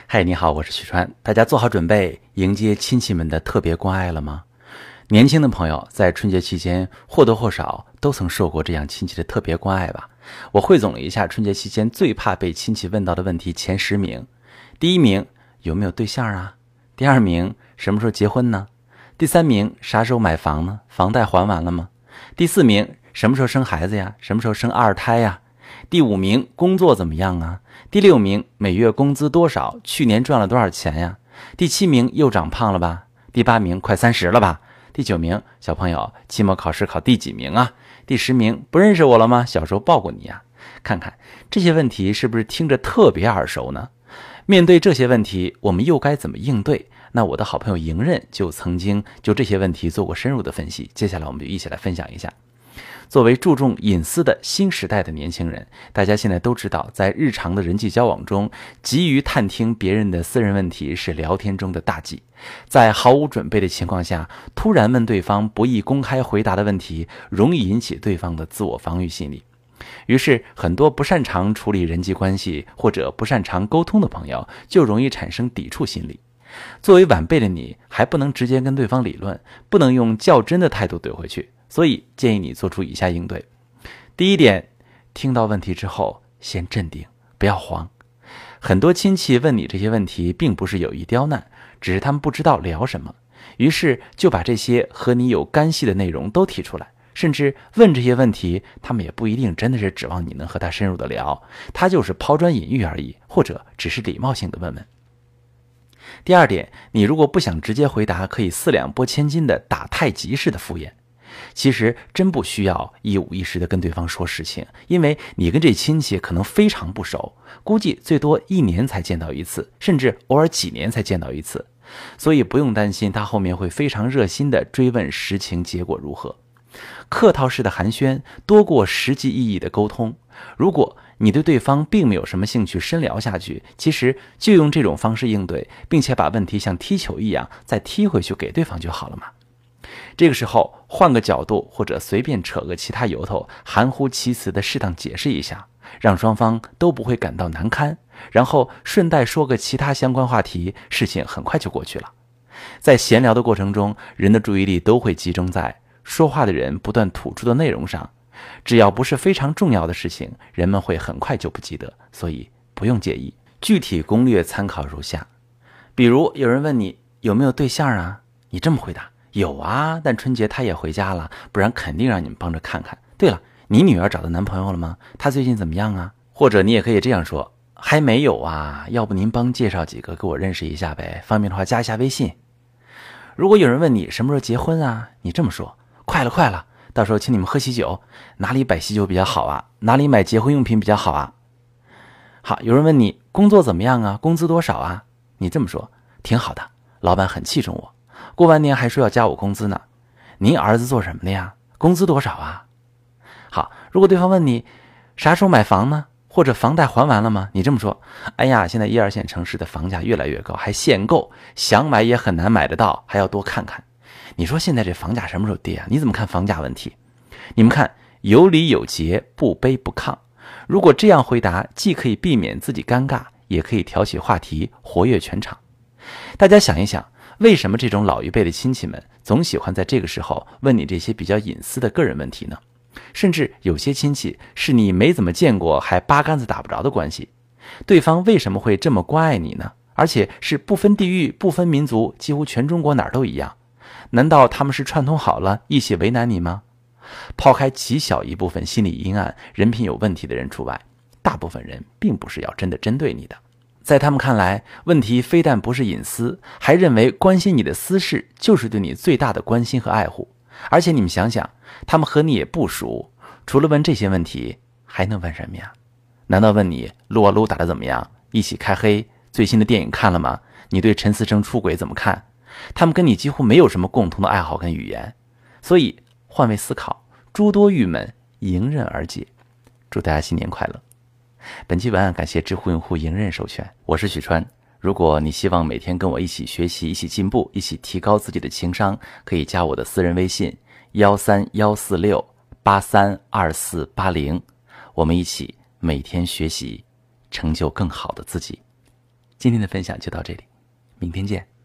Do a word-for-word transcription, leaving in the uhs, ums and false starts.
嗨，你好，我是许川。大家做好准备迎接亲戚们的特别关爱了吗？年轻的朋友在春节期间或多或少都曾受过这样亲戚的特别关爱吧。我汇总了一下春节期间最怕被亲戚问到的问题前十名。第一名，有没有对象啊？第二名，什么时候结婚呢？第三名，啥时候买房呢？房贷还完了吗？第四名，什么时候生孩子呀？什么时候生二胎呀？第五名，工作怎么样啊？第六名，每月工资多少？去年赚了多少钱呀？第七名，又长胖了吧？第八名，快三十了吧？第九名，小朋友，期末考试考第几名啊？第十名，不认识我了吗？小时候抱过你啊？看看这些问题是不是听着特别耳熟呢？面对这些问题，我们又该怎么应对？那我的好朋友迎刃就曾经就这些问题做过深入的分析，接下来我们就一起来分享一下。作为注重隐私的新时代的年轻人，大家现在都知道，在日常的人际交往中，急于探听别人的私人问题是聊天中的大忌。在毫无准备的情况下，突然问对方不易公开回答的问题，容易引起对方的自我防御心理。于是，很多不擅长处理人际关系或者不擅长沟通的朋友，就容易产生抵触心理。作为晚辈的你，还不能直接跟对方理论，不能用较真的态度怼回去。所以建议你做出以下应对。第一点，听到问题之后先镇定，不要慌。很多亲戚问你这些问题并不是有意刁难，只是他们不知道聊什么，于是就把这些和你有干系的内容都提出来，甚至问这些问题，他们也不一定真的是指望你能和他深入的聊，他就是抛砖引玉而已，或者只是礼貌性的问问。第二点，你如果不想直接回答，可以四两拨千斤的打太极式的敷衍。其实真不需要一五一十的跟对方说事情，因为你跟这亲戚可能非常不熟，估计最多一年才见到一次，甚至偶尔几年才见到一次，所以不用担心他后面会非常热心的追问实情结果如何。客套式的寒暄多过实际意义的沟通，如果你对对方并没有什么兴趣深聊下去，其实就用这种方式应对，并且把问题像踢球一样再踢回去给对方就好了嘛。这个时候换个角度，或者随便扯个其他由头，含糊其辞的适当解释一下，让双方都不会感到难堪，然后顺带说个其他相关话题，事情很快就过去了。在闲聊的过程中，人的注意力都会集中在说话的人不断吐出的内容上，只要不是非常重要的事情，人们会很快就不记得，所以不用介意。具体攻略参考如下。比如有人问你有没有对象啊，你这么回答：有啊，但春节他也回家了，不然肯定让你们帮着看看。对了，你女儿找到男朋友了吗？她最近怎么样啊？或者你也可以这样说：还没有啊，要不您帮介绍几个给我认识一下呗，方便的话加一下微信。如果有人问你什么时候结婚啊，你这么说：快了快了，到时候请你们喝喜酒，哪里摆喜酒比较好啊？哪里买结婚用品比较好啊？好，有人问你工作怎么样啊？工资多少啊？你这么说：挺好的，老板很器重我，过完年还说要加我工资呢。您儿子做什么的呀？工资多少啊？好，如果对方问你啥时候买房呢？或者房贷还完了吗？你这么说：哎呀，现在一二线城市的房价越来越高，还限购，想买也很难买得到，还要多看看。你说现在这房价什么时候跌啊？你怎么看房价问题？你们看，有理有节，不卑不亢。如果这样回答，既可以避免自己尴尬，也可以挑起话题，活跃全场。大家想一想，为什么这种老一辈的亲戚们总喜欢在这个时候问你这些比较隐私的个人问题呢？甚至有些亲戚是你没怎么见过，还八竿子打不着的关系，对方为什么会这么关爱你呢？而且是不分地域、不分民族，几乎全中国哪儿都一样。难道他们是串通好了，一起为难你吗？抛开极小一部分心理阴暗、人品有问题的人除外，大部分人并不是要真的针对你的。在他们看来，问题非但不是隐私，还认为关心你的私事就是对你最大的关心和爱护。而且你们想想，他们和你也不熟，除了问这些问题，还能问什么呀？难道问你撸啊撸打得怎么样？一起开黑？最新的电影看了吗？你对陈思诚出轨怎么看？他们跟你几乎没有什么共同的爱好跟语言，所以换位思考，诸多郁闷迎刃而解。祝大家新年快乐。本期文案感谢知乎用户迎刃授权，我是许川。如果你希望每天跟我一起学习，一起进步，一起提高自己的情商，可以加我的私人微信幺三幺四六八三二四八零，我们一起每天学习，成就更好的自己。 今天的分享就到这里，明天见。